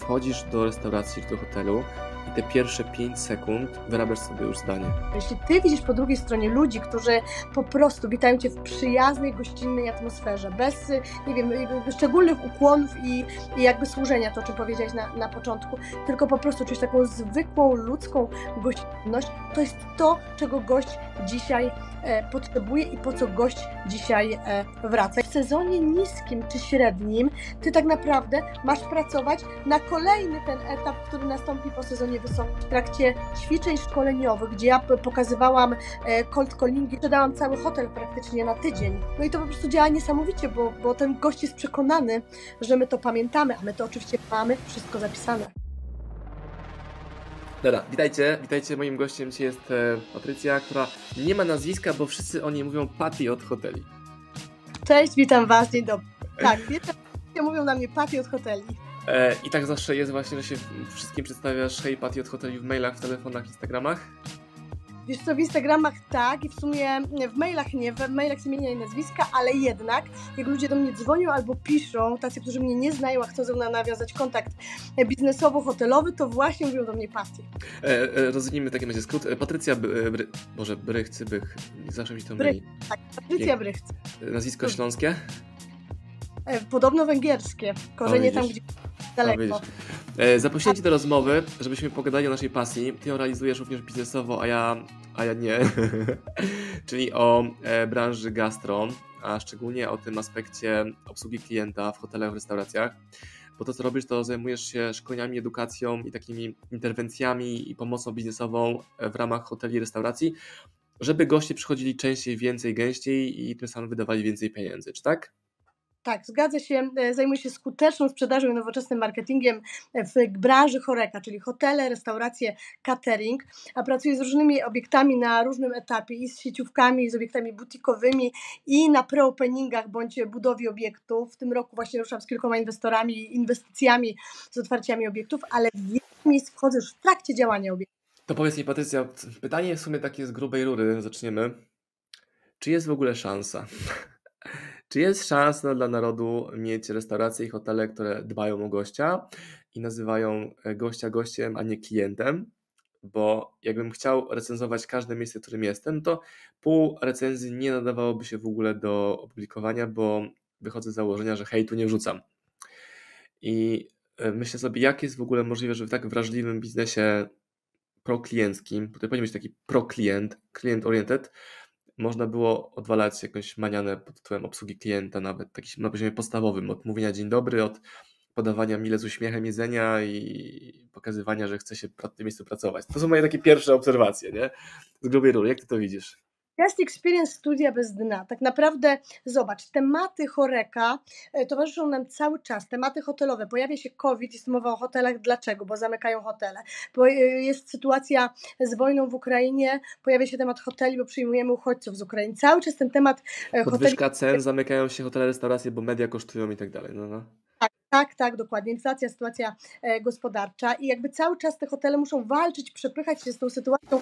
wchodzisz do restauracji czy do hotelu i te pierwsze 5 sekund wyrabiasz sobie już zdanie. Jeśli ty widzisz po drugiej stronie ludzi, którzy po prostu witają cię w przyjaznej, gościnnej atmosferze, bez, nie wiem, szczególnych ukłonów i jakby służenia, to o czym powiedziałeś na początku, tylko po prostu czujesz taką zwykłą, ludzką gościnność, to jest to, czego gość dzisiaj potrzebuje i po co gość dzisiaj wraca. W sezonie niskim czy średnim ty tak naprawdę masz pracować na kolejny ten etap, który nastąpi po sezonie wysokim. W trakcie ćwiczeń szkoleniowych, gdzie ja pokazywałam cold callingi, sprzedałam cały hotel praktycznie na tydzień. No i to po prostu działa niesamowicie, bo ten gość jest przekonany, że my to pamiętamy, a my to oczywiście mamy wszystko zapisane. Dobra, witajcie. Moim gościem dzisiaj jest Patrycja, która nie ma nazwiska, bo wszyscy o niej mówią Patty od hoteli. Cześć, witam Was, dzień dobry. Tak, mówią na mnie Patty od hoteli. I tak zawsze jest właśnie, że się wszystkim przedstawiasz hej Patty od hoteli w mailach, w telefonach, Instagramach? Wiesz co, w Instagramach tak i w sumie w mailach nie, w mailach zmienia jej nazwiska, ale jednak jak ludzie do mnie dzwonią albo piszą, tacy, którzy mnie nie znają, a chcą ze mną nawiązać kontakt biznesowo-hotelowy, to właśnie mówią do mnie Patty. Rozumiem w takim razie skrót. Patrycja Brych, zawsze mi się to myli. Tak, Patrycja Brych. Nazwisko śląskie? Podobno węgierskie, korzenie tam gdzie daleko. Zaprosiłem Cię do rozmowy, żebyśmy pogadali o naszej pasji. Ty ją realizujesz również biznesowo, a ja nie. Czyli o branży gastro, a szczególnie o tym aspekcie obsługi klienta w hotelach, w restauracjach. Bo to, co robisz, to zajmujesz się szkoleniami, edukacją i takimi interwencjami i pomocą biznesową w ramach hoteli i restauracji, żeby goście przychodzili częściej, więcej, gęściej i tym samym wydawali więcej pieniędzy, czy tak? Tak, zgadza się. Zajmuję się skuteczną sprzedażą i nowoczesnym marketingiem w branży HoReCa, czyli hotele, restauracje, catering, a pracuję z różnymi obiektami na różnym etapie i z sieciówkami, i z obiektami butikowymi i na pre-openingach bądź budowie obiektów. W tym roku właśnie ruszam z kilkoma inwestorami, inwestycjami, z otwarciami obiektów, ale w wiele miejsc wchodzę już w trakcie działania obiektów. To powiedz mi, Patrycja, pytanie w sumie takie z grubej rury, zaczniemy. Czy jest w ogóle szansa? Czy jest szansa dla narodu mieć restauracje i hotele, które dbają o gościa i nazywają gościa gościem, a nie klientem? Bo jakbym chciał recenzować każde miejsce, w którym jestem, to pół recenzji nie nadawałoby się w ogóle do opublikowania, bo wychodzę z założenia, że hejtu nie wrzucam. I myślę sobie, jak jest w ogóle możliwe, że w tak wrażliwym biznesie proklienckim, bo to powinien być taki proklient, client-oriented, można było odwalać jakąś manianę pod tytułem obsługi klienta, nawet taki na poziomie podstawowym, od mówienia dzień dobry, od podawania mile z uśmiechem jedzenia i pokazywania, że chce się w tym miejscu pracować. To są moje takie pierwsze obserwacje, nie? Z grubej rury. Jak ty to widzisz? Guest Experience studia bez dna. Tak naprawdę zobacz, tematy HoReCa towarzyszą nam cały czas, tematy hotelowe. Pojawia się COVID, jest mowa o hotelach. Dlaczego? Bo zamykają hotele. Bo jest sytuacja z wojną w Ukrainie, pojawia się temat hoteli, bo przyjmujemy uchodźców z Ukrainy. Cały czas ten temat hoteli... Podwyżka cen, zamykają się hotele, restauracje, bo media kosztują i tak dalej. No. Tak, dokładnie. Inflacja, sytuacja gospodarcza i jakby cały czas te hotele muszą walczyć, przepychać się z tą sytuacją,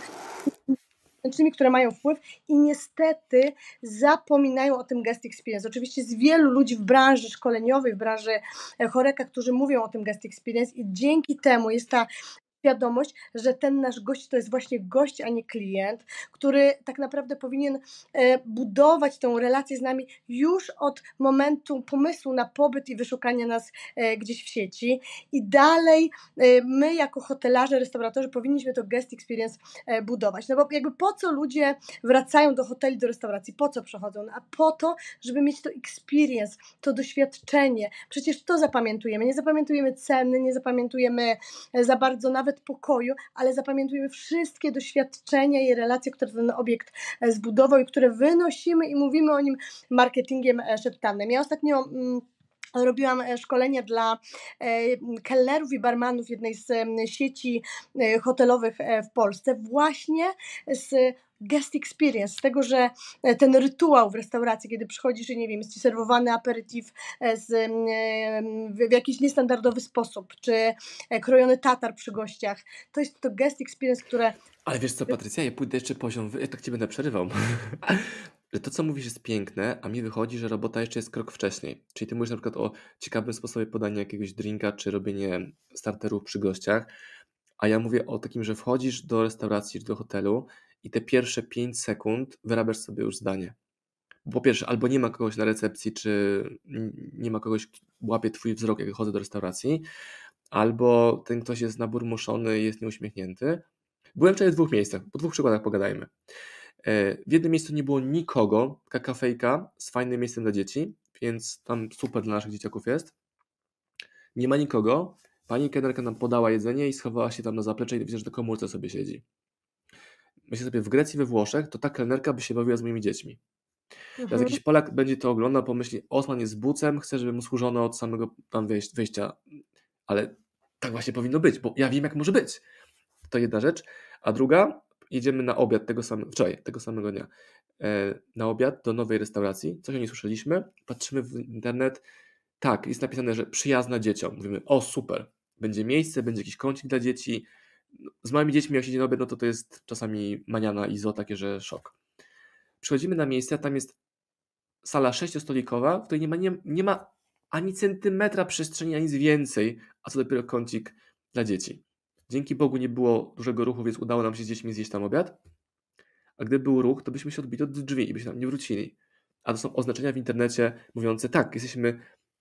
które mają wpływ i niestety zapominają o tym guest experience. Oczywiście jest wielu ludzi w branży szkoleniowej, w branży HoReCa, którzy mówią o tym guest experience i dzięki temu jest ta świadomość, że ten nasz gość to jest właśnie gość, a nie klient, który tak naprawdę powinien budować tę relację z nami już od momentu pomysłu na pobyt i wyszukania nas gdzieś w sieci i dalej my jako hotelarze, restauratorzy powinniśmy to guest experience budować. No bo jakby po co ludzie wracają do hoteli, do restauracji, po co przychodzą? No, a po to, żeby mieć to experience, to doświadczenie. Przecież to zapamiętujemy. Nie zapamiętujemy ceny, nie zapamiętujemy za bardzo nawet pokoju, ale zapamiętujemy wszystkie doświadczenia i relacje, które ten obiekt zbudował i które wynosimy i mówimy o nim marketingiem szeptanym. Ja ostatnio robiłam szkolenie dla kelnerów i barmanów jednej z sieci hotelowych w Polsce właśnie z guest experience, z tego, że ten rytuał w restauracji, kiedy przychodzisz i nie wiem, jest ci serwowany aperitif w jakiś niestandardowy sposób, czy krojony tatar przy gościach, to jest to guest experience, które... Ale wiesz co, Patrycja, ja pójdę jeszcze poziom, ja tak cię będę przerywał. że to, co mówisz, jest piękne, a mi wychodzi, że robota jeszcze jest krok wcześniej. Czyli ty mówisz na przykład o ciekawym sposobie podania jakiegoś drinka, czy robienie starterów przy gościach, a ja mówię o takim, że wchodzisz do restauracji czy do hotelu i te pierwsze 5 sekund wyrabiasz sobie już zdanie. Bo po pierwsze, albo nie ma kogoś na recepcji, czy nie ma kogoś, kto łapie twój wzrok, jak chodzę do restauracji, albo ten ktoś jest naburmuszony, jest nieuśmiechnięty. Byłem wczoraj w 2 miejscach, po 2 przykładach pogadajmy. W jednym miejscu nie było nikogo, taka kafejka z fajnym miejscem dla dzieci, więc tam super dla naszych dzieciaków jest. Nie ma nikogo, pani kelnerka nam podała jedzenie i schowała się tam na zaplecze i widzę, że na komórce sobie siedzi. Myślę sobie, w Grecji, we Włoszech, to ta kelnerka by się bawiła z moimi dziećmi. Teraz Mhm. jakiś Polak będzie to oglądał, pomyśli, Osman jest bucem, chce, żeby mu służono od samego tam wyjścia. Ale tak właśnie powinno być, bo ja wiem, jak może być. To jedna rzecz. A druga, jedziemy na obiad wczoraj, tego samego dnia, na obiad do nowej restauracji. Coś o niej słyszeliśmy, patrzymy w internet. Tak, jest napisane, że przyjazna dzieciom. Mówimy, o super, będzie miejsce, będzie jakiś kącik dla dzieci. Z małymi dziećmi, jak się idzie na obiad, no to jest czasami maniana i zo takie, że szok. Przychodzimy na miejsce, a tam jest sala 6-stolikowa, w której nie ma ani centymetra przestrzeni, ani nic więcej, a co dopiero kącik dla dzieci. Dzięki Bogu nie było dużego ruchu, więc udało nam się z dziećmi zjeść tam obiad. A gdyby był ruch, to byśmy się odbili od drzwi i byśmy tam nie wrócili. A to są oznaczenia w internecie mówiące, tak, jesteśmy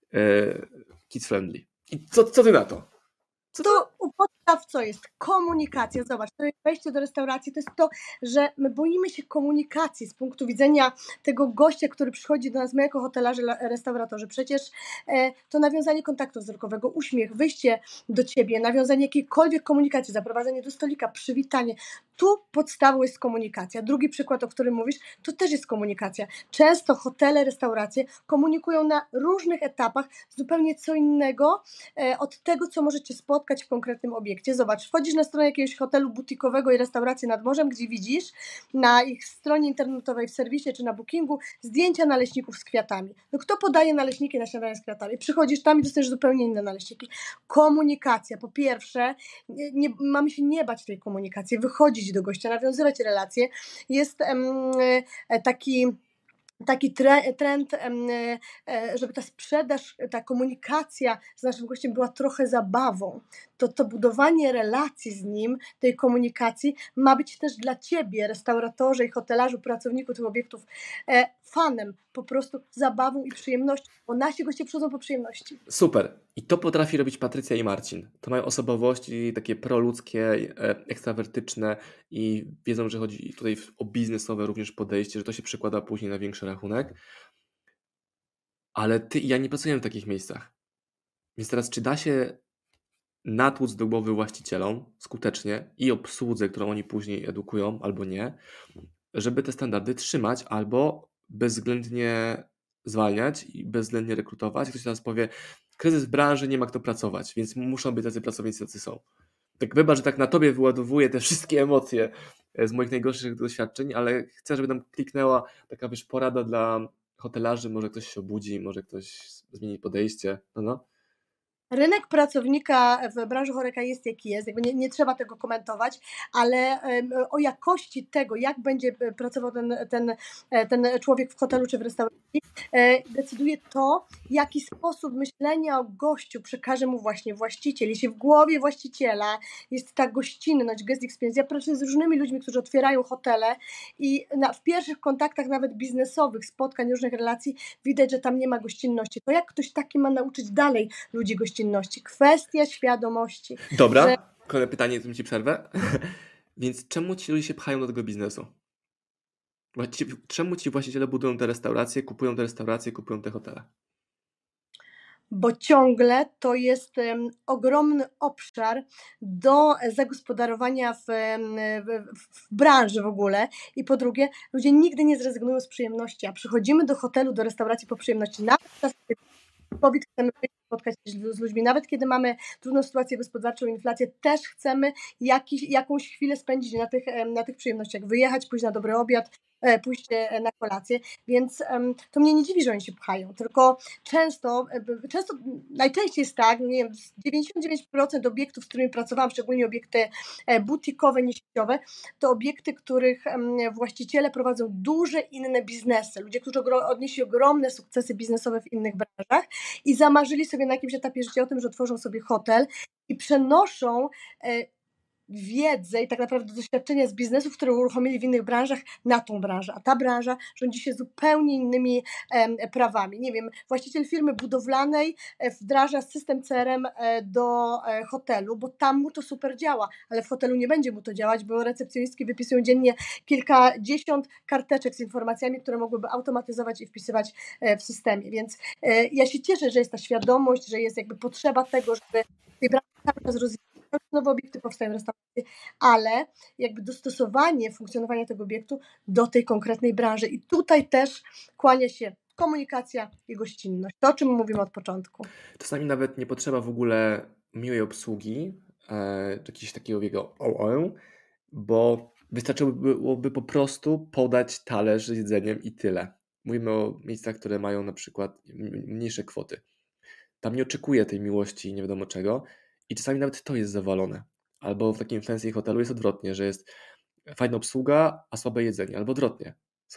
kids friendly. I co ty na to? To u podstaw co jest? Komunikacja. Zobacz, to jest wejście do restauracji, to jest to, że my boimy się komunikacji z punktu widzenia tego gościa, który przychodzi do nas, my jako hotelarze, restauratorzy. Przecież to nawiązanie kontaktu wzrokowego, uśmiech, wyjście do ciebie, nawiązanie jakiejkolwiek komunikacji, zaprowadzenie do stolika, przywitanie. Tu podstawą jest komunikacja. Drugi przykład, o którym mówisz, to też jest komunikacja. Często hotele, restauracje komunikują na różnych etapach zupełnie co innego od tego, co możecie spotkać w konkretnym obiekcie. Zobacz, wchodzisz na stronę jakiegoś hotelu butikowego i restauracji nad morzem, gdzie widzisz na ich stronie internetowej, w serwisie czy na bookingu zdjęcia naleśników z kwiatami. No kto podaje naleśniki na śniadanie z kwiatami? Przychodzisz tam i dostajesz zupełnie inne naleśniki. Komunikacja. Po pierwsze, mamy się nie bać tej komunikacji, wychodzić do gościa, nawiązywać relacje. Jest taki trend, żeby ta sprzedaż, ta komunikacja z naszym gościem była trochę zabawą. To budowanie relacji z nim, tej komunikacji ma być też dla ciebie, restauratorze i hotelarzu, pracowniku tych obiektów, fanem, po prostu zabawą i przyjemnością, bo nasi goście przychodzą po przyjemności. Super. I to potrafi robić Patrycja i Marcin. To mają osobowości takie proludzkie, ekstrawertyczne i wiedzą, że chodzi tutaj o biznesowe również podejście, że to się przekłada później na większy rachunek. Ale ty i ja nie pracujemy w takich miejscach. Więc teraz, czy da się natłuc do głowy właścicielom skutecznie i obsłudze, którą oni później edukują, albo nie, żeby te standardy trzymać, albo bezwzględnie zwalniać i bezwzględnie rekrutować. Ktoś teraz powie, kryzys w branży, nie ma kto pracować, więc muszą być tacy pracownicy, jacy są. Tak wybacz, że tak na tobie wyładowuję te wszystkie emocje z moich najgorszych doświadczeń, ale chcę, żeby nam kliknęła taka, wiesz, porada dla hotelarzy, może ktoś się obudzi, może ktoś zmieni podejście, no. Rynek pracownika w branży Horeca jest jaki jest, jakby nie trzeba tego komentować, ale o jakości tego, jak będzie pracował ten człowiek w hotelu czy w restauracji, decyduje to, jaki sposób myślenia o gościu przekaże mu właśnie właściciel. Jeśli w głowie właściciela jest ta gościnność, guest experience, ja pracuję z różnymi ludźmi, którzy otwierają hotele i w pierwszych kontaktach nawet biznesowych, spotkań, różnych relacji widać, że tam nie ma gościnności. To jak ktoś taki ma nauczyć dalej ludzi gościnności? Kwestia świadomości, że Dobra, kolejne pytanie, tym ci przerwę. Więc czemu ci ludzie się pchają do tego biznesu? Czemu ci właściciele budują te restauracje, kupują te hotele? bo ciągle to jest ogromny obszar do zagospodarowania w branży w ogóle i po drugie, ludzie nigdy nie zrezygnują z przyjemności, a przychodzimy do hotelu, do restauracji po przyjemności, nawet czas COVID chcemy spotkać się z ludźmi, nawet kiedy mamy trudną sytuację gospodarczą, inflację, też chcemy jakąś chwilę spędzić na tych przyjemnościach, wyjechać, pójść na dobry obiad, pójść na kolację, więc to mnie nie dziwi, że oni się pchają, tylko najczęściej jest tak, nie wiem, 99% obiektów, z którymi pracowałam, szczególnie obiekty butikowe, niesieciowe, to obiekty, których właściciele prowadzą duże inne biznesy, ludzie, którzy odnieśli ogromne sukcesy biznesowe w innych branżach i zamarzyli sobie na jakimś etapie życia o tym, że otworzą sobie hotel i przenoszą wiedzę i tak naprawdę doświadczenia z biznesów, które uruchomili w innych branżach, na tą branżę, a ta branża rządzi się zupełnie innymi prawami. Nie wiem, właściciel firmy budowlanej wdraża system CRM do hotelu, bo tam mu to super działa, ale w hotelu nie będzie mu to działać, bo recepcjonistki wypisują dziennie kilkadziesiąt karteczek z informacjami, które mogłyby automatyzować i wpisywać w systemie, więc ja się cieszę, że jest ta świadomość, że jest jakby potrzeba tego, żeby tej branży cały czas rozwijać, nowe obiekty powstają, restauracje, ale jakby dostosowanie funkcjonowania tego obiektu do tej konkretnej branży. I tutaj też kłania się komunikacja i gościnność. To, o czym mówimy od początku. Czasami nawet nie potrzeba w ogóle miłej obsługi, czy jakiegoś takiego jego bo wystarczyłoby po prostu podać talerz z jedzeniem i tyle. Mówimy o miejscach, które mają na przykład mniejsze kwoty. Tam nie oczekuje tej miłości nie wiadomo czego i czasami nawet to jest zawalone. Albo w takim fancy hotelu jest odwrotnie, że jest fajna obsługa, a słabe jedzenie. Albo odwrotnie.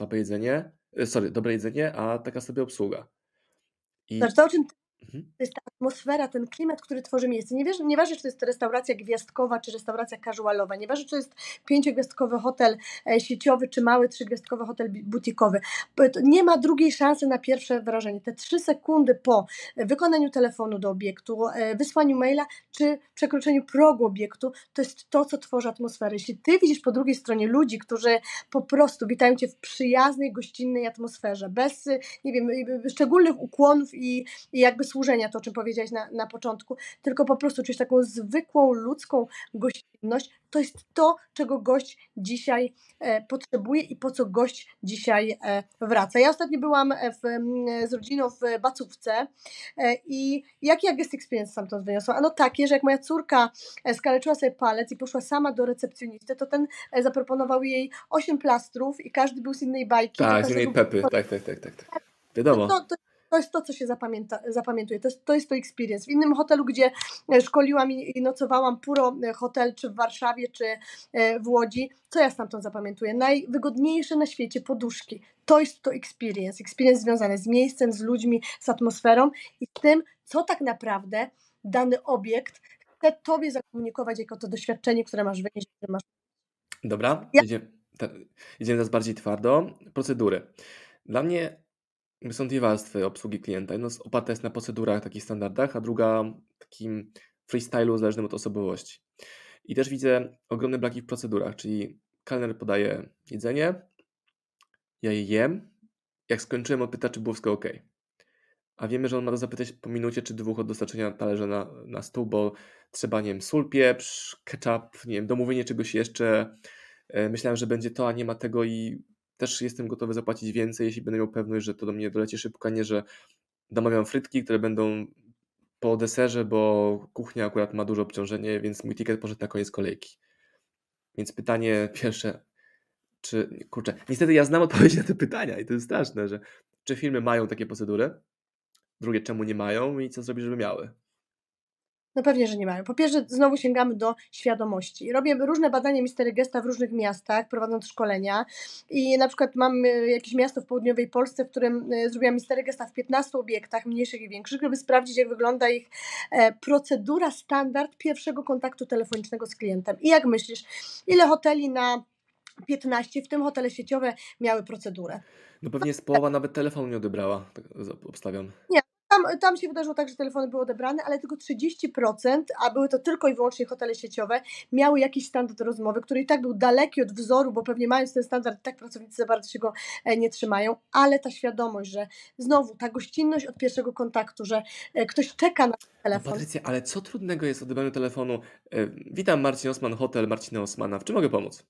Dobre jedzenie, a taka sobie obsługa. Znaczy to, o czym Mhm. to jest ta atmosfera, ten klimat, który tworzy miejsce. Nieważne, czy to jest restauracja gwiazdkowa, czy restauracja casualowa, nieważne, czy to jest 5-gwiazdkowy hotel sieciowy, czy mały 3-gwiazdkowy hotel butikowy. Nie ma drugiej szansy na pierwsze wrażenie. Te 3 sekundy po wykonaniu telefonu do obiektu, wysłaniu maila, czy przekroczeniu progu obiektu, to jest to, co tworzy atmosferę. Jeśli ty widzisz po drugiej stronie ludzi, którzy po prostu witają cię w przyjaznej, gościnnej atmosferze, bez, nie wiem, szczególnych ukłonów i jakby służenia, to o czym powiedziałeś na początku, tylko po prostu czujesz taką zwykłą, ludzką gościnność, to jest to, czego gość dzisiaj potrzebuje i po co gość dzisiaj wraca. Ja ostatnio byłam z rodziną w Bacówce i jaki ja guest experience stamtąd wyniosłam? Ano takie, że jak moja córka skaleczyła sobie palec i poszła sama do recepcjonisty, to ten zaproponował jej 8 plastrów i każdy był z innej bajki. Tak, z każdy innej był Pepy. Tak. Wiadomo. to jest to, co się zapamiętuje. To jest to experience. W innym hotelu, gdzie szkoliłam i nocowałam, Puro Hotel, czy w Warszawie, czy w Łodzi, co ja stamtąd zapamiętuję? Najwygodniejsze na świecie poduszki. To jest to experience. Experience związane z miejscem, z ludźmi, z atmosferą i z tym, co tak naprawdę dany obiekt chce tobie zakomunikować jako to doświadczenie, które masz wynieść, które masz. Dobra, Ja, idziemy teraz bardziej twardo. Procedury. Dla mnie są dwie warstwy obsługi klienta. Jedna oparta jest na procedurach, takich standardach, a druga takim freestylu zależnym od osobowości. I też widzę ogromne braki w procedurach, czyli kelner podaje jedzenie, ja je jem, jak skończyłem, on pyta, czy było wszystko ok. A wiemy, że on ma zapytać po minucie czy 2 od dostarczenia talerza na stół, bo trzeba, nie wiem, sól, pieprz, ketchup, nie wiem, domówienie czegoś jeszcze. Myślałem, że będzie to, a nie ma tego i też jestem gotowy zapłacić więcej, jeśli będę miał pewność, że to do mnie doleci szybko, a nie, że domawiam frytki, które będą po deserze, bo kuchnia akurat ma duże obciążenie, więc mój ticket poszedł na koniec kolejki. Więc pytanie pierwsze, niestety ja znam odpowiedź na te pytania i to jest straszne, że czy firmy mają takie procedury? Drugie, czemu nie mają i co zrobić, żeby miały? No pewnie, że nie mają. Po pierwsze, znowu sięgamy do świadomości. Robię różne badania Mystery Guesta w różnych miastach, prowadząc szkolenia i na przykład mam jakieś miasto w południowej Polsce, w którym zrobiłam Mystery Guesta w 15 obiektach, mniejszych i większych, żeby sprawdzić, jak wygląda ich procedura, standard pierwszego kontaktu telefonicznego z klientem. I jak myślisz, ile hoteli na 15, w tym hotele sieciowe, miały procedurę? No pewnie jest połowa nawet telefonu nie odebrała, tak obstawiam. Nie, tam się wydarzyło tak, że telefony były odebrane, ale tylko 30%, a były to tylko i wyłącznie hotele sieciowe, miały jakiś standard rozmowy, który i tak był daleki od wzoru, bo pewnie mając ten standard, tak pracownicy za bardzo się go nie trzymają, ale ta świadomość, że znowu ta gościnność od pierwszego kontaktu, że ktoś czeka na No telefon. Patrycja, ale co trudnego jest w odebraniu telefonu? Witam, Marcin Osman, hotel Marcina Osmana. W czym mogę pomóc?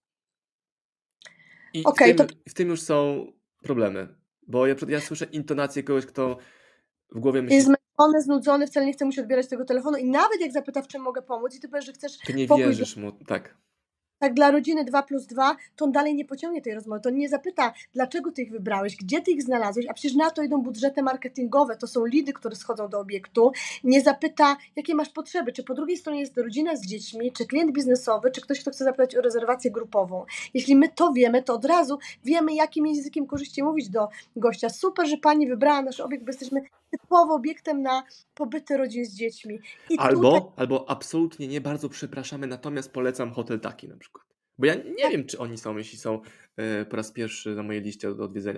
I Okej, to w tym już są problemy, bo ja słyszę intonację kogoś, kto w głowie myśli, jest zmęczony, znudzony, wcale nie chce mu się odbierać tego telefonu i nawet jak zapyta, w czym mogę pomóc i ty powiesz, że chcesz ty nie pokój wierzysz mu, tak. tak dla rodziny 2+2, to on dalej nie pociągnie tej rozmowy. To nie zapyta, dlaczego ty ich wybrałeś, gdzie ty ich znalazłeś, a przecież na to idą budżety marketingowe, to są lidy, które schodzą do obiektu. Nie zapyta, jakie masz potrzeby, czy po drugiej stronie jest rodzina z dziećmi, czy klient biznesowy, czy ktoś, kto chce zapytać o rezerwację grupową. Jeśli my to wiemy, to od razu wiemy, jakim językiem korzyści mówić do gościa. Super, że pani wybrała nasz obiekt, bo jesteśmy typowo obiektem na pobyty rodzin z dziećmi. I tutaj Albo absolutnie nie, bardzo przepraszamy, natomiast polecam hotel taki na przykład. Bo ja nie wiem, czy oni są, jeśli są po raz pierwszy na mojej liście do odwiedzenia.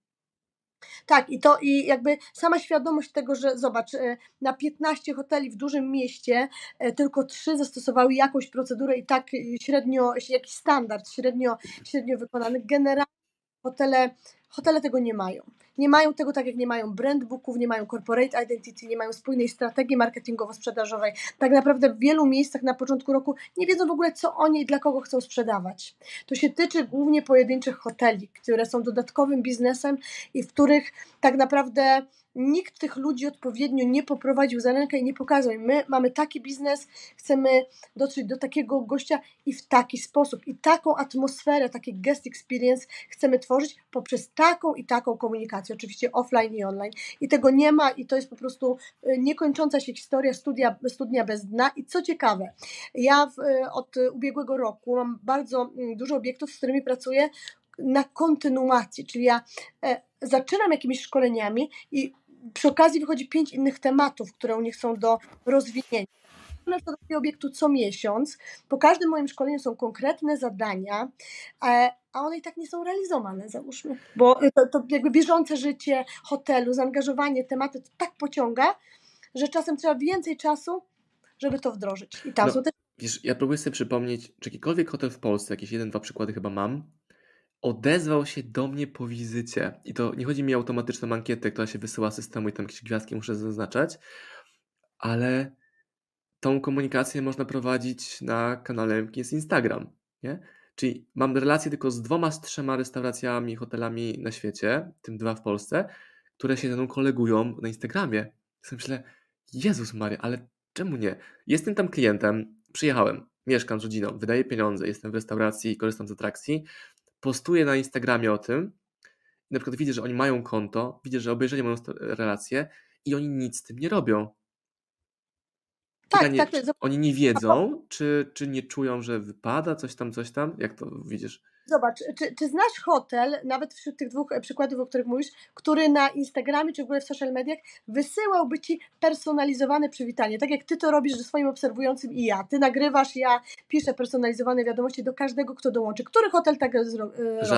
tak, i jakby sama świadomość tego, że zobacz, na 15 hoteli w dużym mieście tylko 3 zastosowały jakąś procedurę i tak średnio, jakiś standard średnio wykonany. Generalnie hotele tego nie mają. Nie mają tego, tak jak nie mają brand booków, nie mają corporate identity, nie mają spójnej strategii marketingowo-sprzedażowej. Tak naprawdę w wielu miejscach na początku roku nie wiedzą w ogóle, co oni i dla kogo chcą sprzedawać. To się tyczy głównie pojedynczych hoteli, które są dodatkowym biznesem i w których tak naprawdę nikt tych ludzi odpowiednio nie poprowadził za rękę i nie pokazał im, my mamy taki biznes, chcemy dotrzeć do takiego gościa i w taki sposób. I taką atmosferę, taki guest experience chcemy tworzyć poprzez taką i taką komunikację, oczywiście offline i online. I tego nie ma i to jest po prostu niekończąca się historia, studnia bez dna. I co ciekawe, ja od ubiegłego roku mam bardzo dużo obiektów, z którymi pracuję na kontynuacji, czyli ja zaczynam jakimiś szkoleniami i przy okazji wychodzi 5 innych tematów, które u nich są do rozwinięcia. Na przykład do takiego obiektu co miesiąc. Po każdym moim szkoleniu są konkretne zadania, a one i tak nie są realizowane, załóżmy. Bo to jakby bieżące życie hotelu, zaangażowanie, tematy to tak pociąga, że czasem trzeba więcej czasu, żeby to wdrożyć. I tam są też. Wiesz, ja próbuję sobie przypomnieć, czy jakikolwiek hotel w Polsce, jakieś 1-2 przykłady chyba mam, odezwał się do mnie po wizycie. I to nie chodzi mi o automatyczną ankietę, która się wysyła z systemu i tam jakieś gwiazdki muszę zaznaczać, ale tą komunikację można prowadzić na kanale, jakim jest Instagram, nie? Czyli mam relację tylko z 2-3 restauracjami, hotelami na świecie, tym 2 w Polsce, które się ze mną kolegują na Instagramie. Sobie myślę, Jezus Maria, ale czemu nie? Jestem tam klientem, przyjechałem, mieszkam z rodziną, wydaję pieniądze, jestem w restauracji, korzystam z atrakcji, postuję na Instagramie o tym, i na przykład widzę, że oni mają konto, widzę, że obejrzeli moją relację i oni nic z tym nie robią. Pytanie, Tak, czy oni nie wiedzą, czy nie czują, że wypada coś tam? Jak to widzisz? Zobacz, czy znasz hotel, nawet wśród tych 2 przykładów, o których mówisz, który na Instagramie czy w ogóle w social mediach wysyłałby Ci personalizowane przywitanie, tak jak Ty to robisz ze swoim obserwującym i ja. Ty nagrywasz, ja piszę personalizowane wiadomości do każdego, kto dołączy. Który hotel tak robi?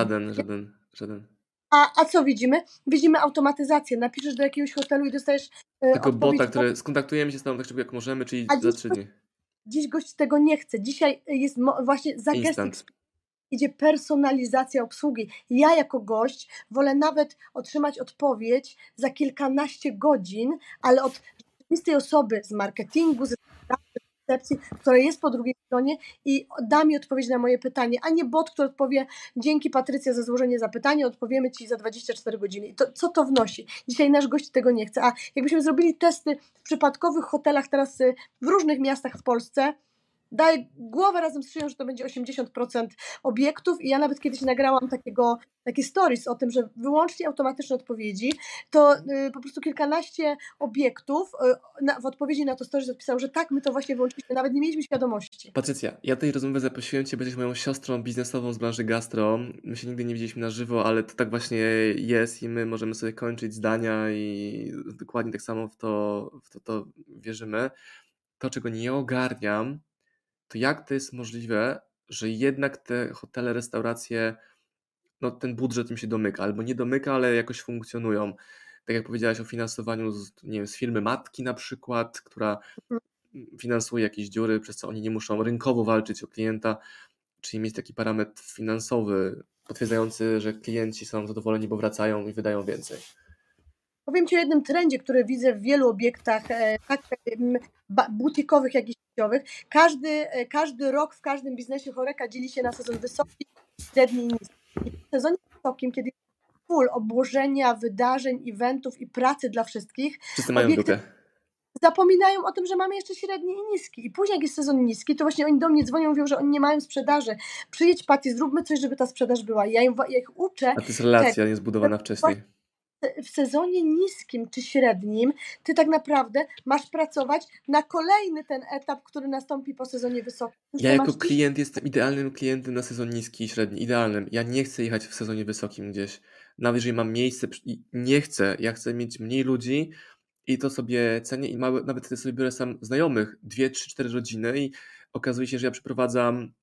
Żaden. A co widzimy? Widzimy automatyzację. Napiszesz do jakiegoś hotelu i dostajesz Tylko odpowiedź, bota, który skontaktujemy się z tobą tak szybko jak możemy, czyli a za 3 dni. dziś gość tego nie chce. Dzisiaj jest właśnie za gesty Instant. idzie personalizacja obsługi. Ja jako gość wolę nawet otrzymać odpowiedź za kilkanaście godzin, ale od rzeczywistej osoby z marketingu, z recepcji, która jest po drugiej stronie i da mi odpowiedź na moje pytanie, a nie bot, który odpowie: dzięki Patrycja za złożenie zapytania, odpowiemy Ci za 24 godziny. I co to wnosi? Dzisiaj nasz gość tego nie chce. A jakbyśmy zrobili testy w przypadkowych hotelach teraz w różnych miastach w Polsce, daję głowę razem z szyją, że to będzie 80% obiektów i ja nawet kiedyś nagrałam takie stories o tym, że wyłącznie automatyczne odpowiedzi, to po prostu kilkanaście obiektów w odpowiedzi na to stories odpisało, że tak, my to właśnie wyłączyliśmy, nawet nie mieliśmy świadomości. Patrycja, ja tej rozmowy zaprosiłem Cię, będziesz moją siostrą biznesową z branży gastro. My się nigdy nie widzieliśmy na żywo, ale to tak właśnie jest i my możemy sobie kończyć zdania i dokładnie tak samo w to wierzymy. To, czego nie ogarniam, to jak to jest możliwe, że jednak te hotele, restauracje, no ten budżet im się domyka, albo nie domyka, ale jakoś funkcjonują. Tak jak powiedziałaś o finansowaniu nie wiem, z firmy matki na przykład, która finansuje jakieś dziury, przez co oni nie muszą rynkowo walczyć o klienta, czyli mieć taki parametr finansowy potwierdzający, że klienci są zadowoleni, bo wracają i wydają więcej. Powiem Ci o jednym trendzie, który widzę w wielu obiektach, tak butikowych, jak i sieciowych. Każdy rok w każdym biznesie Horeca dzieli się na sezon wysoki, średni i niski. I w sezonie wysokim, kiedy jest full obłożenia, wydarzeń, eventów i pracy dla wszystkich, Wszyscy mają obiekty lukę. zapominają o tym, że mamy jeszcze średni i niski. I później, jak jest sezon niski, to właśnie oni do mnie dzwonią, mówią, że oni nie mają sprzedaży. Przyjedź, Patty, zróbmy coś, żeby ta sprzedaż była. Ja ich uczę A to jest tego, relacja że niezbudowana wcześniej. w sezonie niskim czy średnim ty tak naprawdę masz pracować na kolejny ten etap, który nastąpi po sezonie wysokim. Ja jako klient jestem idealnym klientem na sezon niski i średni, idealnym. Ja nie chcę jechać w sezonie wysokim gdzieś. Nawet jeżeli mam miejsce, nie chcę. Ja chcę mieć mniej ludzi i to sobie cenię i nawet wtedy sobie biorę sam znajomych, 2, 3, 4 rodziny i okazuje się, że ja przeprowadzam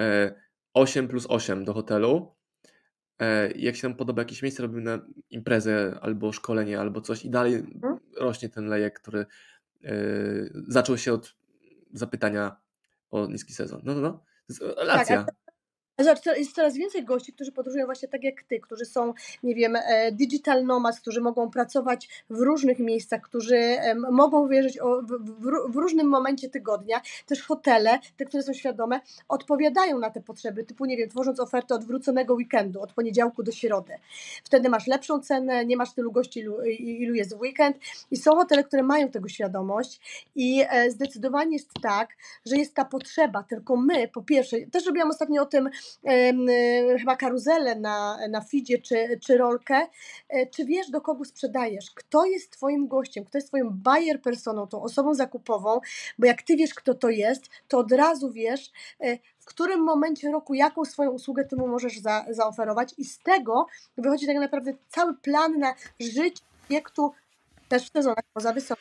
8+8 do hotelu. Jak się nam podoba jakieś miejsce, robimy na imprezę albo szkolenie, albo coś i dalej rośnie ten lejek, który zaczął się od zapytania o niski sezon. No. To jest relacja. Tak, jest coraz więcej gości, którzy podróżują właśnie tak jak ty, którzy są, nie wiem, digital nomads, którzy mogą pracować w różnych miejscach, którzy mogą wyjeżdżać w różnym momencie tygodnia. Też hotele, te, które są świadome, odpowiadają na te potrzeby, typu, nie wiem, tworząc ofertę odwróconego weekendu, od poniedziałku do środy. Wtedy masz lepszą cenę, nie masz tylu gości, ilu jest w weekend i są hotele, które mają tego świadomość i zdecydowanie jest tak, że jest ta potrzeba, tylko my, po pierwsze, też robiłam ostatnio o tym chyba karuzelę na feedzie czy rolkę, czy wiesz, do kogo sprzedajesz, kto jest twoim gościem, kto jest twoją buyer personą, tą osobą zakupową, bo jak ty wiesz, kto to jest, to od razu wiesz, w którym momencie roku, jaką swoją usługę ty mu możesz zaoferować i z tego wychodzi tak naprawdę cały plan na życie obiektu też w sezonach poza wysokim.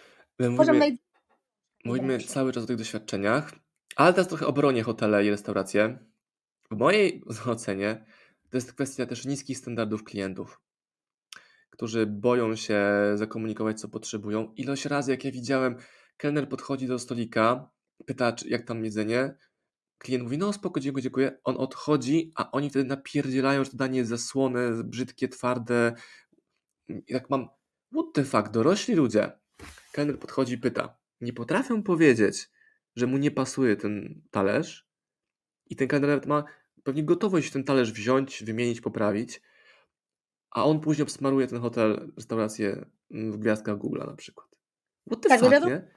Mówimy cały czas o tych doświadczeniach, ale teraz trochę obronię hotele i restauracje. W mojej ocenie to jest kwestia też niskich standardów klientów, którzy boją się zakomunikować, co potrzebują. Ilość razy, jak ja widziałem, kelner podchodzi do stolika, pyta, jak tam jedzenie, klient mówi, no spoko, dziękuję, on odchodzi, a oni wtedy napierdzielają, że to danie jest zasłone, brzydkie, twarde. I tak mam, what the fuck, dorośli ludzie. Kelner podchodzi i pyta, nie potrafią powiedzieć, że mu nie pasuje ten talerz i ten kelner nawet ma pewnie gotowość ten talerz wziąć, wymienić, poprawić, a on później obsmaruje ten hotel, restaurację w gwiazdkach Google'a na przykład. What the fuck, nie?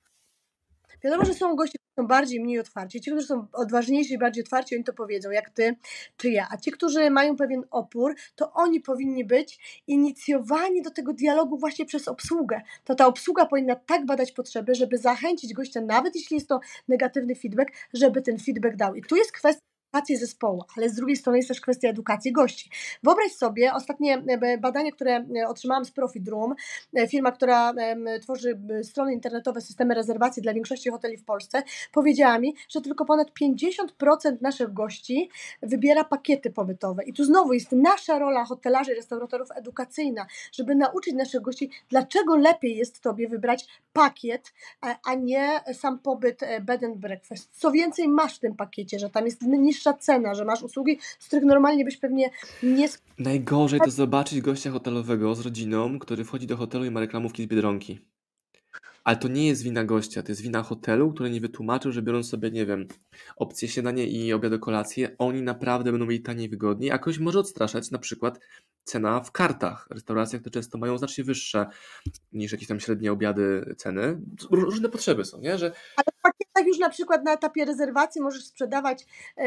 Wiadomo, że są goście, którzy są bardziej mniej otwarci. Ci, którzy są odważniejsi i bardziej otwarci, oni to powiedzą, jak ty czy ja. A ci, którzy mają pewien opór, to oni powinni być inicjowani do tego dialogu właśnie przez obsługę. To ta obsługa powinna tak badać potrzeby, żeby zachęcić gościa, nawet jeśli jest to negatywny feedback, żeby ten feedback dał. I tu jest kwestia edukacji zespołu, ale z drugiej strony jest też kwestia edukacji gości. Wyobraź sobie ostatnie badanie, które otrzymałam z Profit Room, firma, która tworzy strony internetowe, systemy rezerwacji dla większości hoteli w Polsce, powiedziała mi, że tylko ponad 50% naszych gości wybiera pakiety pobytowe. I tu znowu jest nasza rola hotelarzy i restauratorów edukacyjna, żeby nauczyć naszych gości, dlaczego lepiej jest tobie wybrać pakiet, a nie sam pobyt bed and breakfast. Co więcej masz w tym pakiecie, że tam jest niższa cena, że masz usługi, z których normalnie byś pewnie nie... Najgorzej to zobaczyć gościa hotelowego z rodziną, który wchodzi do hotelu i ma reklamówki z Biedronki. Ale to nie jest wina gościa, to jest wina hotelu, który nie wytłumaczył, że biorąc sobie, nie wiem, opcję śniadanie i obiad, kolację, oni naprawdę będą mieli taniej, wygodniej, a kogoś może odstraszać na przykład cena w kartach. Restauracjach to często mają znacznie wyższe niż jakieś tam średnie obiady ceny. Różne potrzeby są, nie? Że... Ale w pakietach już na przykład na etapie rezerwacji możesz sprzedawać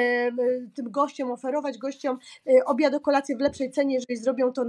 tym gościom, oferować gościom obiad, kolację w lepszej cenie, jeżeli zrobią to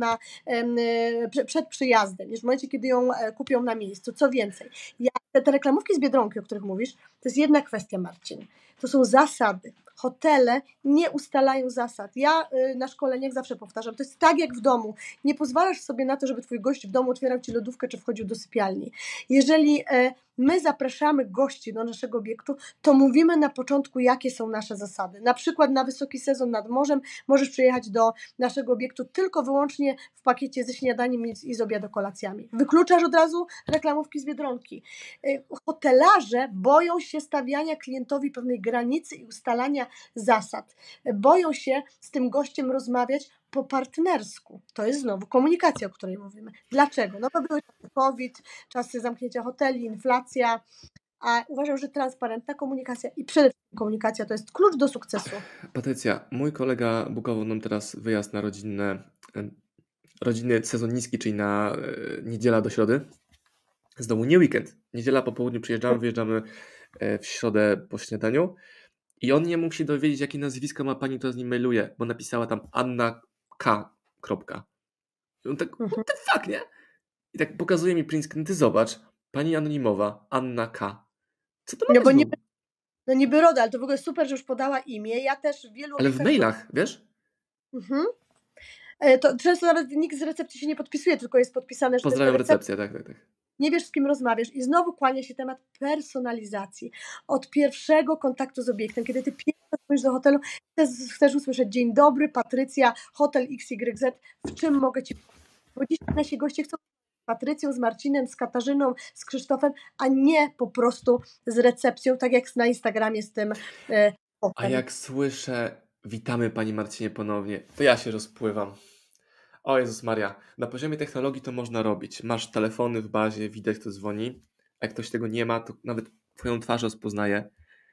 przed przyjazdem, niż w momencie, kiedy ją kupią na miejscu. Co więcej, te reklamówki z Biedronki, o których mówisz, to jest jedna kwestia, Marcin. To są zasady. Hotele nie ustalają zasad. Ja na szkoleniach zawsze powtarzam, to jest tak jak w domu. Nie pozwalasz sobie na to, żeby twój gość w domu otwierał ci lodówkę czy wchodził do sypialni. Jeżeli my zapraszamy gości do naszego obiektu, to mówimy na początku, jakie są nasze zasady. Na przykład na wysoki sezon nad morzem możesz przyjechać do naszego obiektu tylko wyłącznie w pakiecie ze śniadaniem i z obiadokolacjami. Wykluczasz od razu reklamówki z Biedronki. Hotelarze boją się stawiania klientowi pewnej granicy i ustalania zasad. Boją się z tym gościem rozmawiać po partnersku. To jest znowu komunikacja, o której mówimy. Dlaczego? No to były czasy COVID, czasy zamknięcia hoteli, inflacja, a uważam, że transparentna komunikacja i przede wszystkim komunikacja to jest klucz do sukcesu. Patrycja, mój kolega bukował nam teraz wyjazd na rodzinny sezon niski, czyli na niedziela do środy. z domu, nie weekend. Niedziela po południu przyjeżdżamy, wyjeżdżamy w środę po śniadaniu i on nie mógł się dowiedzieć, jakie nazwisko ma pani, która z nim mailuje, bo napisała tam Anna K. Kropka. I on tak, Mhm. what the fuck, nie? I tak pokazuje mi print screen, ty zobacz, pani anonimowa, Anna K. Co to ma No być bo w niby, ogóle? no niby RODO, ale to w ogóle super, że już podała imię. Ja też w wielu Ale w obiektach mailach, wiesz? mhm. To często nawet nikt z recepcji się nie podpisuje, tylko jest podpisane, że to jest Pozdrawiam recepcja. recepcję, tak, tak, tak. Nie wiesz, z kim rozmawiasz i znowu kłania się temat personalizacji. Od pierwszego kontaktu z obiektem, kiedy ty pierwszy raz wchodzisz do hotelu, chcesz usłyszeć: dzień dobry, Patrycja, hotel XYZ, w czym mogę ci pomóc? Bo dziś nasi goście chcą z Patrycją, z Marcinem, z Katarzyną, z Krzysztofem, a nie po prostu z recepcją, tak jak na Instagramie z tym A fotem. jak słyszę, witamy pani Marcinie ponownie, to ja się rozpływam. O Jezus Maria, na poziomie technologii to można robić. Masz telefony w bazie, widać kto dzwoni. A jak ktoś tego nie ma, to nawet twoją twarz rozpoznaje.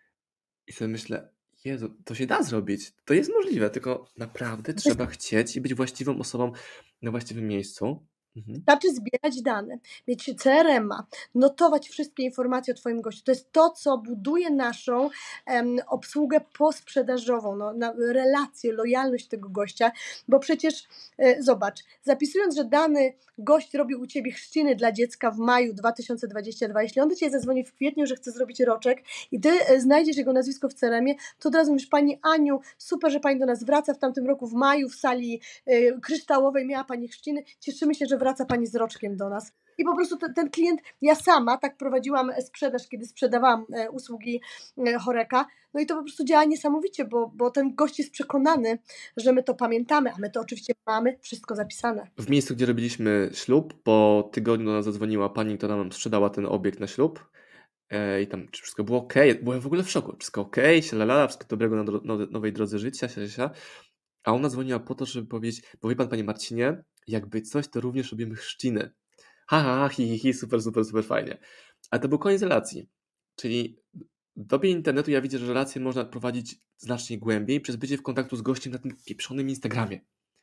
I sobie myślę, Jezu, to się da zrobić. To jest możliwe, tylko naprawdę trzeba chcieć i być właściwą osobą na właściwym miejscu. Wystarczy zbierać dane, mieć CRM-a, notować wszystkie informacje o Twoim gościu. To jest to, co buduje naszą obsługę posprzedażową, relację, lojalność tego gościa, bo przecież zobacz, zapisując, że dany gość robił u Ciebie chrzciny dla dziecka w maju 2022, jeśli on do Ciebie zadzwoni w kwietniu, że chce zrobić roczek i Ty znajdziesz jego nazwisko w CRM-ie, to od razu mówisz: Pani Aniu, super, że Pani do nas wraca, w tamtym roku w maju w sali kryształowej miała Pani chrzciny, cieszymy się, że wraca Pani z roczkiem do nas. I po prostu ten klient, ja sama tak prowadziłam sprzedaż, kiedy sprzedawałam usługi Horeka, no i to po prostu działa niesamowicie, bo ten gość jest przekonany, że my to pamiętamy, a my to oczywiście mamy wszystko zapisane. W miejscu, gdzie robiliśmy ślub, po tygodniu do nas zadzwoniła pani, która nam sprzedała ten obiekt na ślub. I tam czy wszystko było ok. Byłem w ogóle w szoku. Wszystko ok, sialalala, wszystko dobrego na nowej drodze życia, sia. A ona dzwoniła po to, żeby powiedzieć, bo wie pan, panie Marcinie, jakby coś, to również robimy chrzciny. Ha, hi, super, super, super fajnie. Ale to był koniec relacji. Czyli w dobie internetu ja widzę, że relacje można prowadzić znacznie głębiej przez bycie w kontaktu z gościem na tym pieprzonym Instagramie.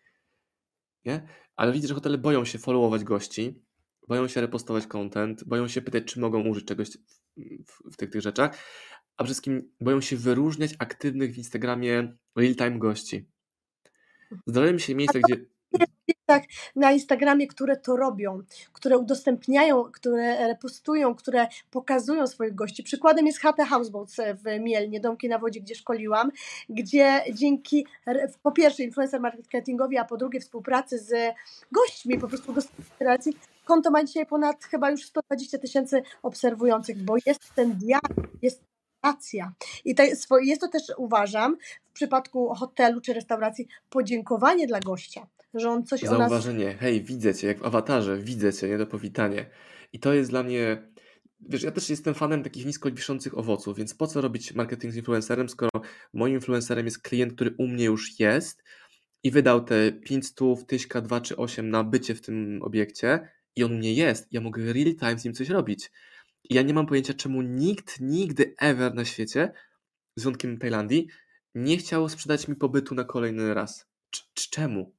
Nie? Ale widzę, że hotele boją się followować gości, boją się repostować content, boją się pytać, czy mogą użyć czegoś w tych rzeczach, a przede wszystkim boją się wyróżniać aktywnych w Instagramie real-time gości. Zdarzają mi się miejsca, gdzie... Tak, na Instagramie, które to robią, które udostępniają, które repostują, które pokazują swoich gości. Przykładem jest Hata Houseboats w Mielnie, domki na wodzie, gdzie szkoliłam, gdzie dzięki po pierwsze influencer marketingowi, a po drugie współpracy z gośćmi, po prostu relacji, konto ma dzisiaj ponad chyba już 120 000 obserwujących, bo jest ten dialog, jest relacja. I jest to też, uważam, w przypadku hotelu czy restauracji podziękowanie dla gościa, że on coś o nas... Zauważenie, hej, widzę cię, jak w awatarze, widzę cię, nie, do powitanie. I to jest dla mnie, wiesz, ja też jestem fanem takich nisko wiszących owoców, więc po co robić marketing z influencerem, skoro moim influencerem jest klient, który u mnie już jest i wydał te 500, 1000, 2 czy 8 na bycie w tym obiekcie i on u mnie jest, ja mogę real time z nim coś robić. I ja nie mam pojęcia, czemu nikt nigdy ever na świecie, z wyjątkiem Tajlandii, nie chciał sprzedać mi pobytu na kolejny raz. Czemu?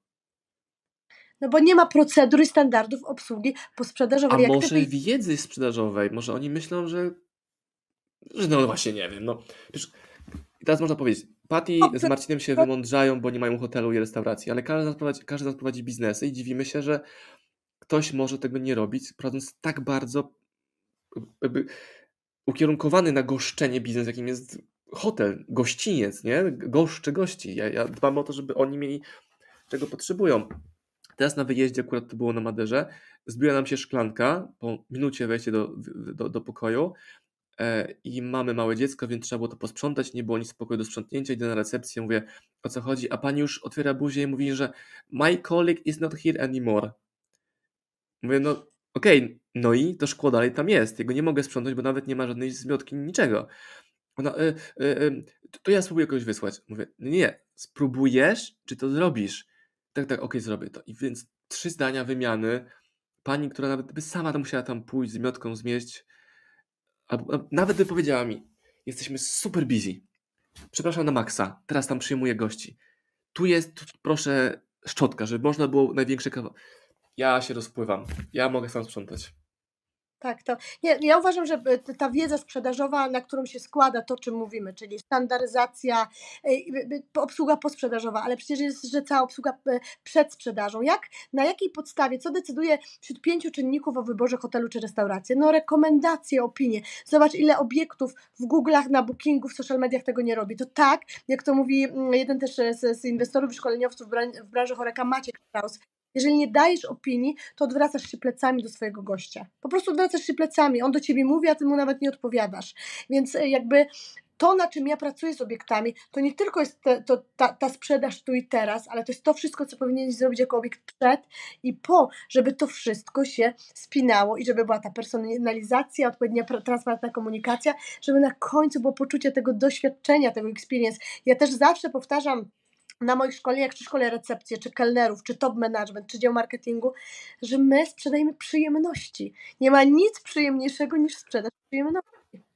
No bo nie ma procedur i standardów obsługi posprzedażowej. A Jak może ty wiedzy sprzedażowej, może oni myślą, że no właśnie nie wiem, no. Wiesz, i teraz można powiedzieć, Patty z Marcinem się wymądrzają, bo nie mają hotelu i restauracji, ale każdy z nas prowadzi biznesy i dziwimy się, że ktoś może tego nie robić, prowadząc tak bardzo jakby ukierunkowany na goszczenie biznes, jakim jest hotel, gościniec, nie? Goszczy gości. Ja dbam o to, żeby oni mieli czego potrzebują. Teraz na wyjeździe, akurat to było na Maderze, zbiła nam się szklanka po minucie wejścia do pokoju i mamy małe dziecko, więc trzeba było to posprzątać, nie było nic w pokoju do sprzątnięcia, idę na recepcję, mówię, o co chodzi, a pani już otwiera buzię i mówi, że my colleague is not here anymore. Mówię, no okej, no i to szkło dalej tam jest, jego nie mogę sprzątać, bo nawet nie ma żadnej zmiotki, niczego. Ona, to ja spróbuję kogoś wysłać. Mówię, nie, spróbujesz, czy to zrobisz? Tak, okej, zrobię to. I więc 3 zdania wymiany, pani, która nawet by sama musiała tam pójść z miotką zmieść, albo nawet by powiedziała mi, jesteśmy super busy, przepraszam na maksa, teraz tam przyjmuję gości. Tu jest, proszę, szczotka, żeby można było największe kawałki. Ja się rozpływam, ja mogę sam sprzątać. Tak, to nie, ja uważam, że ta wiedza sprzedażowa, na którą się składa to, czym mówimy, czyli standaryzacja, obsługa posprzedażowa, ale przecież jest, że cała obsługa przed sprzedażą. Na jakiej podstawie, co decyduje wśród 5 czynników o wyborze hotelu czy restauracji? No rekomendacje, opinie. Zobacz, ile obiektów w Google'ach, na Bookingu, w social mediach tego nie robi. To tak, jak to mówi jeden też z inwestorów i szkoleniowców w branży Horeca, Maciek Strauss, jeżeli nie dajesz opinii, to odwracasz się plecami do swojego gościa. Po prostu odwracasz się plecami. On do ciebie mówi, a ty mu nawet nie odpowiadasz. Więc jakby to, na czym ja pracuję z obiektami, to nie tylko jest ta sprzedaż tu i teraz, ale to jest to wszystko, co powinieneś zrobić jako obiekt przed i po, żeby to wszystko się spinało i żeby była ta personalizacja, odpowiednia transparentna komunikacja, żeby na końcu było poczucie tego doświadczenia, tego experience. Ja też zawsze powtarzam na moich szkoleniach, czy szkole recepcję, czy kelnerów, czy top management, czy dział marketingu, że my sprzedajemy przyjemności. Nie ma nic przyjemniejszego niż sprzedaż przyjemności.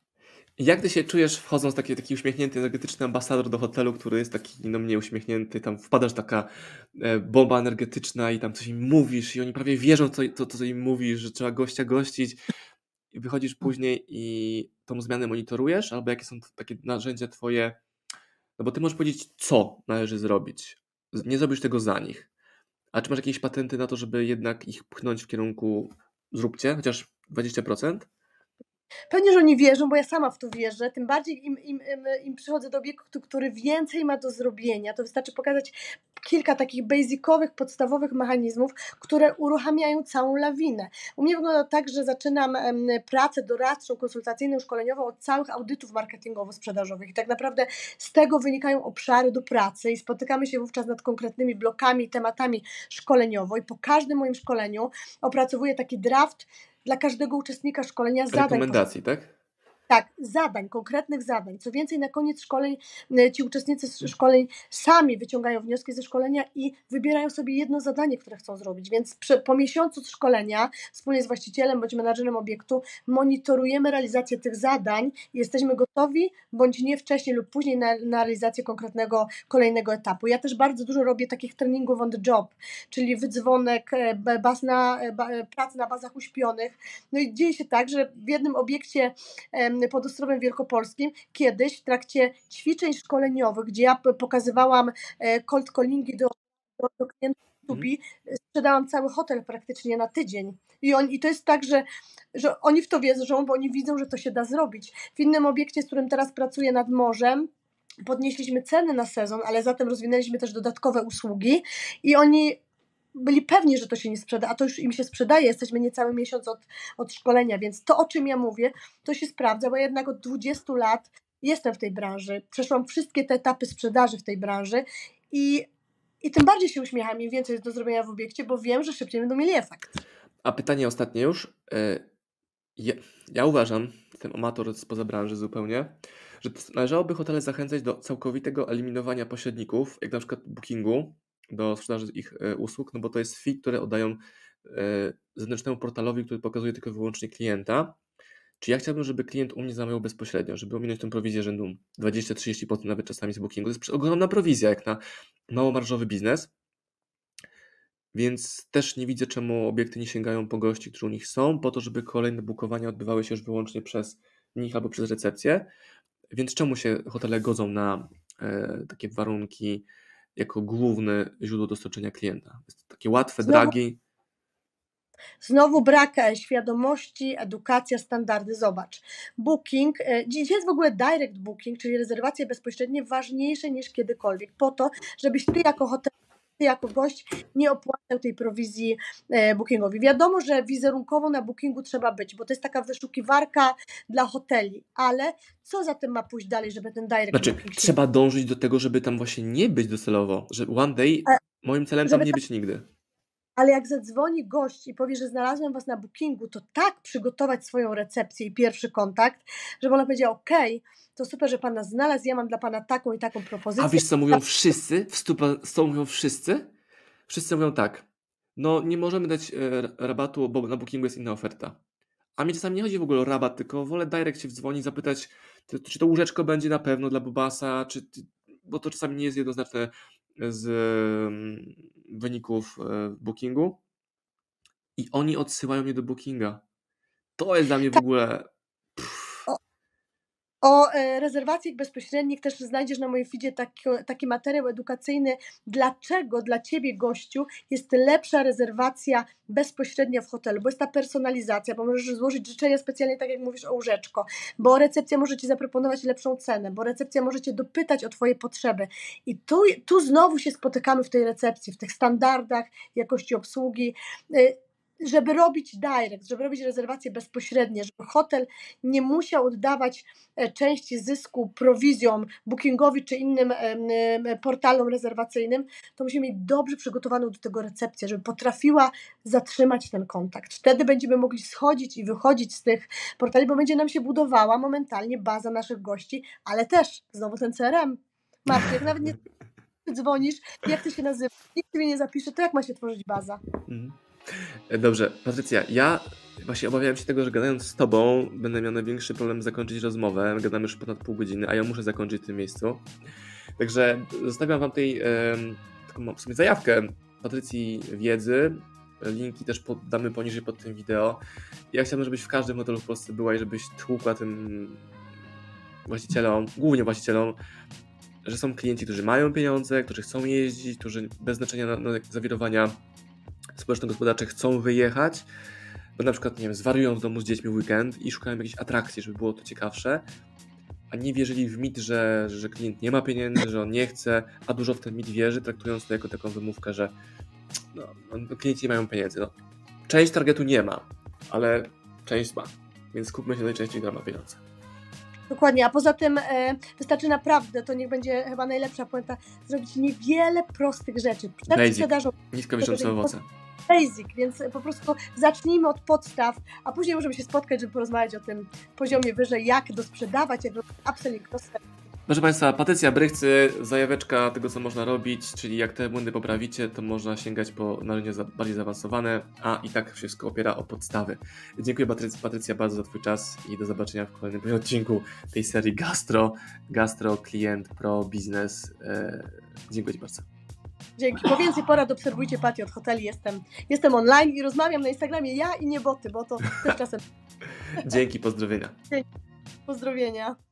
Jak ty się czujesz wchodząc taki uśmiechnięty, energetyczny ambasador do hotelu, który jest taki no mniej uśmiechnięty, tam wpadasz taka bomba energetyczna i tam coś im mówisz i oni prawie wierzą co im mówisz, że trzeba gościa gościć i wychodzisz później i tą zmianę monitorujesz, albo jakie są takie narzędzia twoje, no bo ty możesz powiedzieć, co należy zrobić. Nie zrobisz tego za nich. A czy masz jakieś patenty na to, żeby jednak ich pchnąć w kierunku zróbcie, chociaż 20%? Pewnie, że oni wierzą, bo ja sama w to wierzę, tym bardziej im przychodzę do obiektu, który więcej ma do zrobienia, to wystarczy pokazać kilka takich basicowych, podstawowych mechanizmów, które uruchamiają całą lawinę. U mnie wygląda tak, że zaczynam pracę doradczą, konsultacyjną, szkoleniową od całych audytów marketingowo-sprzedażowych i tak naprawdę z tego wynikają obszary do pracy i spotykamy się wówczas nad konkretnymi blokami, tematami szkoleniowo i po każdym moim szkoleniu opracowuję taki draft dla każdego uczestnika szkolenia zadań. Rekomendacji, tak? Tak, zadań, konkretnych zadań. Co więcej, na koniec szkoleń ci uczestnicy szkoleń sami wyciągają wnioski ze szkolenia i wybierają sobie jedno zadanie, które chcą zrobić. Więc po miesiącu szkolenia wspólnie z właścicielem bądź menadżerem obiektu monitorujemy realizację tych zadań i jesteśmy gotowi, bądź nie wcześniej lub później na realizację konkretnego kolejnego etapu. Ja też bardzo dużo robię takich treningów on the job, czyli wydzwonek, pracy na bazach uśpionych. No i dzieje się tak, że w jednym obiekcie pod Ostrowem Wielkopolskim kiedyś w trakcie ćwiczeń szkoleniowych, gdzie ja pokazywałam cold callingi do klientów B2B, sprzedałam cały hotel praktycznie na tydzień. I to jest tak, że oni w to wierzą, bo oni widzą, że to się da zrobić. W innym obiekcie, z którym teraz pracuję nad morzem, podnieśliśmy ceny na sezon, ale zatem rozwinęliśmy też dodatkowe usługi i oni byli pewni, że to się nie sprzeda, a to już im się sprzedaje, jesteśmy niecały miesiąc od szkolenia, więc to, o czym ja mówię, to się sprawdza, bo jednak od 20 lat jestem w tej branży, przeszłam wszystkie te etapy sprzedaży w tej branży i tym bardziej się uśmiecham, im więcej jest do zrobienia w obiekcie, bo wiem, że szybciej będą mieli efekt. A pytanie ostatnie już. Ja uważam, jestem amator spoza branży zupełnie, że należałoby hotele zachęcać do całkowitego eliminowania pośredników, jak na przykład Bookingu, do sprzedaży ich usług, no bo to jest fee, które oddają zewnętrznemu portalowi, który pokazuje tylko i wyłącznie klienta. Czy ja chciałbym, żeby klient u mnie zamawiał bezpośrednio, żeby ominąć tę prowizję rzędu 20-30% nawet czasami z Bookingu. To jest ogromna prowizja, jak na małomarżowy biznes. Więc też nie widzę, czemu obiekty nie sięgają po gości, którzy u nich są, po to, żeby kolejne bukowania odbywały się już wyłącznie przez nich albo przez recepcję. Więc czemu się hotele godzą na takie warunki jako główne źródło dostarczenia klienta? Jest to takie łatwe, drogie. Znowu brak świadomości, edukacja, standardy. Zobacz, booking, dziś jest w ogóle direct booking, czyli rezerwacje bezpośrednie ważniejsze niż kiedykolwiek, po to, żebyś ty jako hotel, ty jako gość nie opłacał tej prowizji bookingowi. Wiadomo, że wizerunkowo na bookingu trzeba być, bo to jest taka wyszukiwarka dla hoteli, ale co za tym ma pójść dalej, żeby ten direct booking trzeba dążyć do tego, żeby tam właśnie nie być docelowo, że one day moim celem tam nie być nigdy. Ale jak zadzwoni gość i powie, że znalazłem was na bookingu, to tak przygotować swoją recepcję i pierwszy kontakt, żeby ona powiedziała, okej, to super, że pan nas znalazł, ja mam dla pana taką i taką propozycję. A wiesz, co mówią wszyscy? Co mówią wszyscy? Wszyscy mówią tak, no nie możemy dać rabatu, bo na bookingu jest inna oferta. A mnie czasami nie chodzi w ogóle o rabat, tylko wolę direct się wdzwonić, zapytać, czy to łóżeczko będzie na pewno dla Bobasa, bo to czasami nie jest jednoznaczne z wyników bookingu i oni odsyłają mnie do bookinga. To jest dla mnie w Tak. ogóle... O rezerwacjach bezpośrednich też znajdziesz na moim feedzie taki materiał edukacyjny, dlaczego dla Ciebie, gościu, jest lepsza rezerwacja bezpośrednia w hotelu, bo jest ta personalizacja, bo możesz złożyć życzenia specjalnie, tak jak mówisz o łóżeczko, bo recepcja może Ci zaproponować lepszą cenę, bo recepcja może Cię dopytać o Twoje potrzeby i tu znowu się spotykamy w tej recepcji, w tych standardach jakości obsługi, żeby robić direct, żeby robić rezerwacje bezpośrednie, żeby hotel nie musiał oddawać części zysku prowizjom bookingowi czy innym portalom rezerwacyjnym, to musimy mieć dobrze przygotowaną do tego recepcję, żeby potrafiła zatrzymać ten kontakt. Wtedy będziemy mogli schodzić i wychodzić z tych portali, bo będzie nam się budowała momentalnie baza naszych gości, ale też znowu ten CRM. Marcin, jak nawet nie dzwonisz, jak Ty się nazywasz, nikt Ciebie nie zapisze, to jak ma się tworzyć baza? Dobrze, Patrycja, ja właśnie obawiałem się tego, że gadając z Tobą będę miał największy problem zakończyć rozmowę. Gadamy już ponad pół godziny, a ja muszę zakończyć w tym miejscu. Także zostawiam Wam tutaj taką w sumie zajawkę Patrycji wiedzy. Linki też damy poniżej pod tym wideo. Ja chciałbym, żebyś w każdym hotelu w Polsce była i żebyś tłukła tym właścicielom, głównie właścicielom, że są klienci, którzy mają pieniądze, którzy chcą jeździć, którzy bez znaczenia na zawirowania społeczno-gospodarcze chcą wyjechać, bo na przykład, nie wiem, zwariują w domu z dziećmi w weekend i szukają jakiejś atrakcji, żeby było to ciekawsze, a nie wierzyli w mit, że klient nie ma pieniędzy, że on nie chce, a dużo w ten mit wierzy, traktując to jako taką wymówkę, że klienci nie mają pieniędzy. Część targetu nie ma, ale część ma, więc skupmy się najczęściej, która ma pieniądze. Dokładnie, a poza tym wystarczy naprawdę, to niech będzie chyba najlepsza puenta, zrobić niewiele prostych rzeczy. Przed sprzedażą nisko wiszące owoce. Basic, więc po prostu zacznijmy od podstaw, a później możemy się spotkać, żeby porozmawiać o tym poziomie wyżej, jak dosprzedawać, jak upselling, cross-selling. Proszę Państwa, Patrycja Brychcy, zajaweczka tego, co można robić, czyli jak te błędy poprawicie, to można sięgać po narzędzia bardziej zaawansowane, a i tak wszystko opiera o podstawy. Dziękuję Patrycja bardzo za Twój czas i do zobaczenia w kolejnym odcinku tej serii Gastro Klient Pro Biznes. Dziękuję Ci bardzo. Dzięki. Po więcej porad obserwujcie Pati od hoteli. Jestem online i rozmawiam na Instagramie ja i nie boty, bo to też czasem... Dzięki, pozdrowienia. Dzięki. Pozdrowienia.